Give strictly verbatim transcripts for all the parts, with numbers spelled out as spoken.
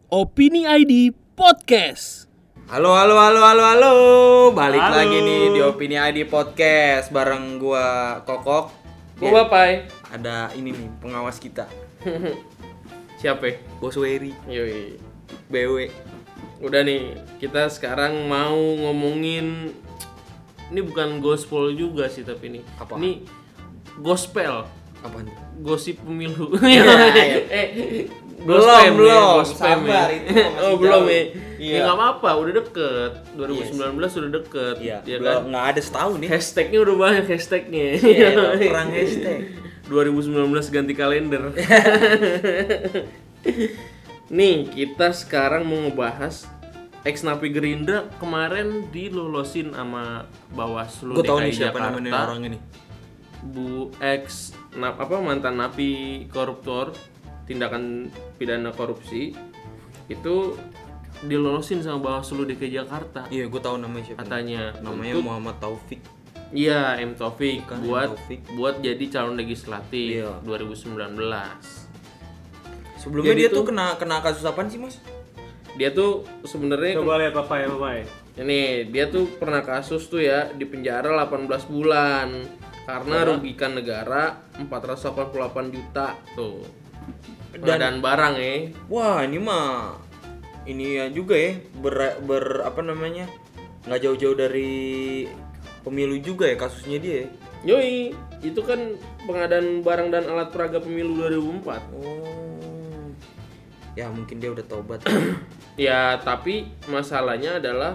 Opini I D Podcast. Halo halo halo halo halo. Balik Halo. lagi nih di Opini I D Podcast bareng gua Kokok. Gua Ya, Bapai. ada ini nih pengawas kita, Siapa? Bos Wery, Yoi. B W. Udah nih, kita sekarang mau ngomongin, ini bukan gospel juga sih tapi ini. Apa? Ini gospel, Apaan tuh? gosip pemilu. Iya, iya. eh, Belum, gospel belum. ya, gospel Sabar, ya. itu masih Oh, belum jauh. ya. Iya. Ya enggak apa-apa, udah deket. dua ribu sembilan belas udah deket. Iya, ya belum kan? nggak ada setahun nih. Hashtagnya udah banyak hashtagnya. Iya, perang hashtag. dua ribu sembilan belas ganti kalender. Nih, kita sekarang mau ngebahas ex napi Gerindra kemarin dilolosin sama Bawaslu Gue tahu nih D K I siapa Jakarta. namanya orang ini. Bu ex nap apa mantan napi koruptor, tindakan pidana korupsi itu dilolosin sama Bawaslu D K I Jakarta. Iya, gue tahu namanya siapa. Katanya Namanya untuk- Muhammad Taufik. Iya, M Taufik Bukan, M buat Taufik. buat jadi calon legislatif Iya. dua ribu sembilan belas. Sebelumnya Jadi dia tuh- tuh kena kena kasus apaan sih, Mas? Dia tuh sebenarnya Coba lihat apa ya, Bapak. ini dia tuh pernah kasus tuh ya di penjara delapan belas bulan karena rugikan negara empat ratus delapan puluh delapan juta tuh. Dan barang ya. Wah, ini mah ini ya juga ya ber, ber apa namanya? Nggak jauh-jauh dari pemilu juga ya kasusnya dia. Ya? Yoi, itu kan pengadaan barang dan alat peraga pemilu dua ribu empat. Oh. Ya, mungkin dia udah tobat. Ya, tapi masalahnya adalah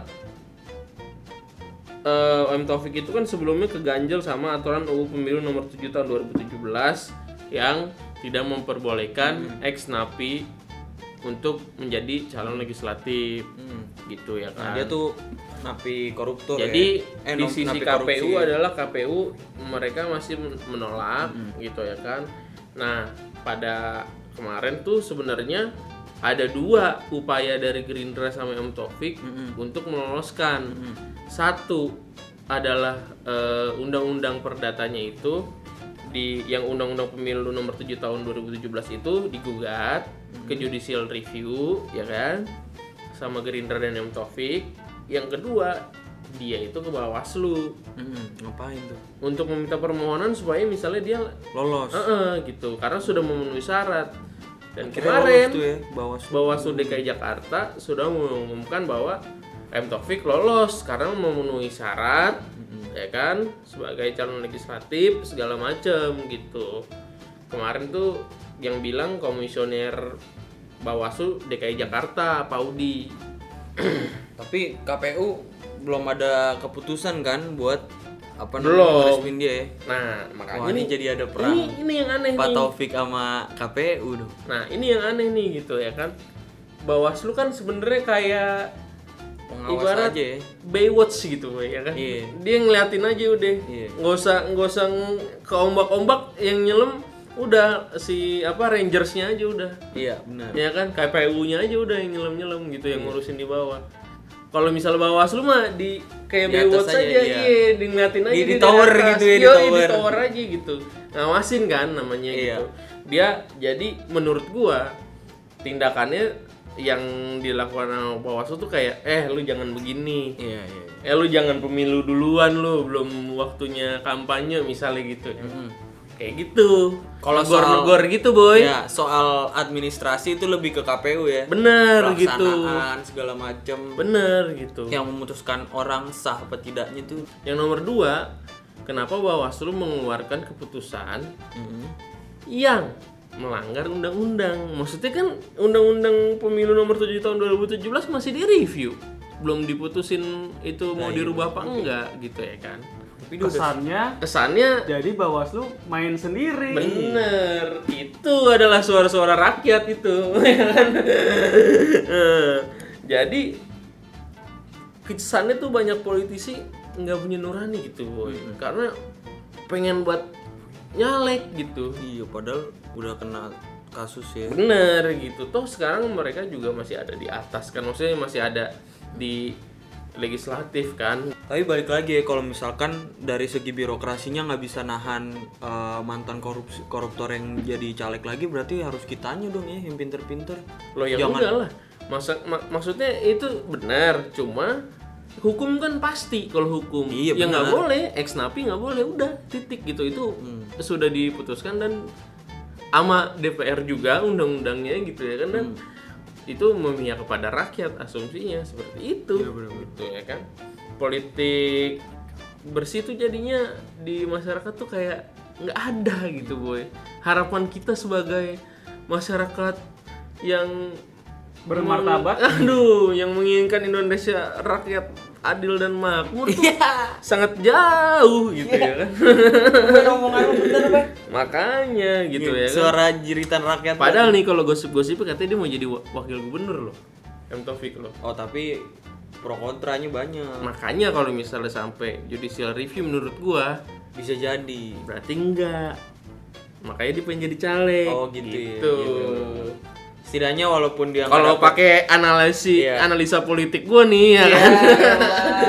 eh, M Taufik itu kan sebelumnya keganjel sama aturan U U Pemilu nomor tujuh tahun dua ribu tujuh belas yang tidak memperbolehkan ex napi untuk menjadi calon legislatif. Hmm. Gitu ya Nah, kan. dia tuh napi koruptor Jadi ya. Eh, di nom- sisi napi K P korupsi U ya. adalah K P U mereka masih men- menolak gitu ya kan. Nah, pada kemarin tuh sebenarnya ada dua upaya dari Gerindra sama M Taufik untuk meloloskan. Satu adalah eh, undang-undang perdatanya itu di yang undang-undang pemilu nomor tujuh tahun dua ribu tujuh belas itu digugat ke judicial review ya kan sama Gerindra dan M Taufik. Yang kedua dia itu ke Bawaslu Hmm, ngapain tuh? untuk meminta permohonan supaya misalnya dia Lolos. eh gitu karena sudah memenuhi syarat. Dan Akhirnya kemarin lolos tuh ya, Bawaslu. Bawaslu D K I Jakarta sudah mengumumkan bahwa M Taufik lolos karena memenuhi syarat ya kan sebagai calon legislatif segala macam gitu. Kemarin tuh yang bilang komisioner Bawaslu D K I Jakarta Paudi. Tapi K P U belum ada keputusan kan buat apa Belum. namanya ngeresmin dia ya. Nah, makanya Wah, ini nih, jadi ada perang ini, ini yang aneh Pak nih. Taufik sama K P U dong. Nah, ini yang aneh nih gitu ya kan. Bawaslu kan sebenarnya kayak Pengawas ibarat aja ya. Baywatch gitu ya kan. Iya. Dia ngeliatin aja udah. Iya. Nggak usah nggak usah ng- ke ombak-ombak yang nyelam udah si apa rangersnya aja udah. Iya, benar. Ya kan K P U-nya aja udah yang nyelam-nyelam gitu yang ngurusin di bawah. Kalau misal Bawaslu mah di kayak Di atas Baywatch aja, aja, iya. iya, di ngeliatin aja Di- di dia tower atas. gitu ya, di Yoi, tower. di tower aja gitu. Ngawasin kan namanya Iya. gitu. Dia jadi menurut gua tindakannya yang dilakukan sama Bawaslu tuh kayak eh lu jangan begini. Iya, iya. Eh lu jangan pemilu duluan lu, belum waktunya kampanye misalnya gitu ya. Kayak gitu. Kalau soal- negor-negor gitu, boy. Ya, soal administrasi itu lebih ke K P U ya. Bener gitu. Pelaksanaan segala macam. Bener gitu. Yang memutuskan orang sah apa tidaknya tuh. Yang nomor dua, kenapa Bawaslu mengeluarkan keputusan yang melanggar undang-undang? Maksudnya kan undang-undang pemilu nomor tujuh tahun dua ribu tujuh belas masih direview, belum diputusin itu mau dirubah apa enggak gitu ya kan? Tapi dia udah Kesannya Kesannya jadi Bawaslu main sendiri. bener, itu adalah suara-suara rakyat itu, ya kan? Eh, Jadi kesannya tuh banyak politisi nggak punya nurani gitu, boy, karena pengen buat nyalek gitu. Iya, padahal udah kena kasus ya. Bener gitu. Toh sekarang mereka juga masih ada di atas kan, maksudnya masih ada di legislatif kan. Tapi balik lagi ya, kalau misalkan dari segi birokrasinya nggak bisa nahan uh, mantan korupsi koruptor yang jadi caleg lagi, berarti harus kitanya dong ya yang pinter-pinter. Loh ya Jangan- udah lah. Masa, mak- maksudnya itu benar, cuma hukum kan pasti. Kalau hukum Iya, ya nggak benar. boleh, ex napi nggak boleh, udah titik gitu. Itu Hmm. sudah diputuskan dan sama D P R juga undang-undangnya gitu ya kan, dan Hmm. itu memihak kepada rakyat, asumsinya seperti itu. Iya, benar-benar. Gitu ya kan. Politik bersih tuh jadinya di masyarakat tuh kayak nggak ada gitu boy. Harapan kita sebagai masyarakat yang Bermartabat. meng- aduh, yang menginginkan Indonesia rakyat adil dan makmur tuh sangat jauh gitu ya kan. Bener omongan lu bener, Bang. Makanya gitu ya kan. Suara jeritan rakyat. Padahal nih kalau gosip-gosip katanya dia mau jadi wa- wakil gubernur loh, M Taufik loh. Oh, tapi pro kontranya banyak. Makanya kalau misalnya sampai judicial review menurut gua Bisa jadi. berarti enggak. Makanya dia pengen jadi caleg. Oh, gitu ya. Gitu. Iya, bener-bener. Setidaknya walaupun dia Kalau nggak dapet- pakai analisis Iya. analisa politik gua nih ya Iya, kan. elah.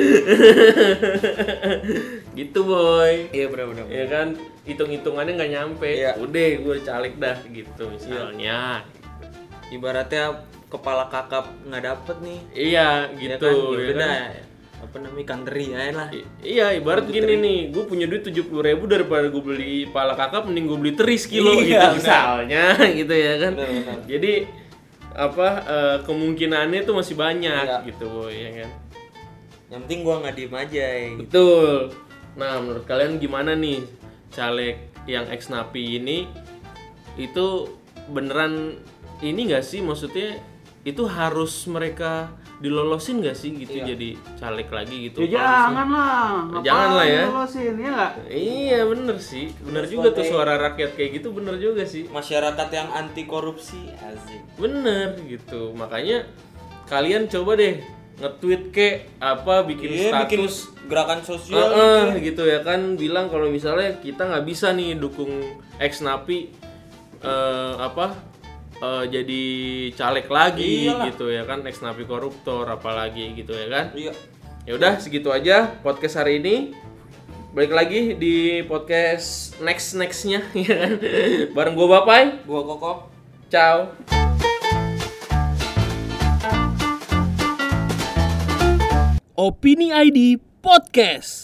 Gitu boy. Iya, benar-benar. Ya kan, hitung-hitungannya nggak nyampe. Iya. Udah gue caleg dah gitu misalnya. Ibaratnya kepala kakap nggak dapet nih. Iya Ya gitu. kan? ya Yaudah kan? dah. Apa namanya, ikan teri aja lah. I- Iya, ibarat gini nih, gue punya duit tujuh puluh ribu daripada gue beli pala kakap, mending gue beli teri sekilo Iya, gitu benar. misalnya, gitu ya kan. Benar, benar. Jadi apa eh, kemungkinannya tuh masih banyak Iya. gitu, boy, ya kan. Yang penting gua nggak diem aja ya. Betul. Nah, menurut kalian gimana nih caleg yang ex napi ini, itu beneran ini nggak sih, maksudnya itu harus mereka dilolosin nggak sih gitu Iya. jadi caleg lagi gitu? Ya Kalau jangan lah. Ngapain Jangan lah ya. lolosin, ya nggak? Iya bener sih, bener Terus juga tuh sebagai- suara rakyat kayak gitu, bener juga sih, Masyarakat yang anti korupsi, asik. bener gitu. Makanya kalian coba deh nge-tweet ke apa, bikin Iya, bikin status gerakan sosial Heeh, gitu ya. gitu ya kan, bilang kalau misalnya kita nggak bisa nih dukung ex napi eh, apa eh, jadi caleg lagi Iyalah. gitu ya kan, ex napi koruptor apalagi gitu ya kan. Iya. Ya udah segitu aja podcast hari ini. Balik lagi di podcast next nextnya ya kan. Bareng gue Bapai. Gua Koko. Ciao. Opini I D Podcast.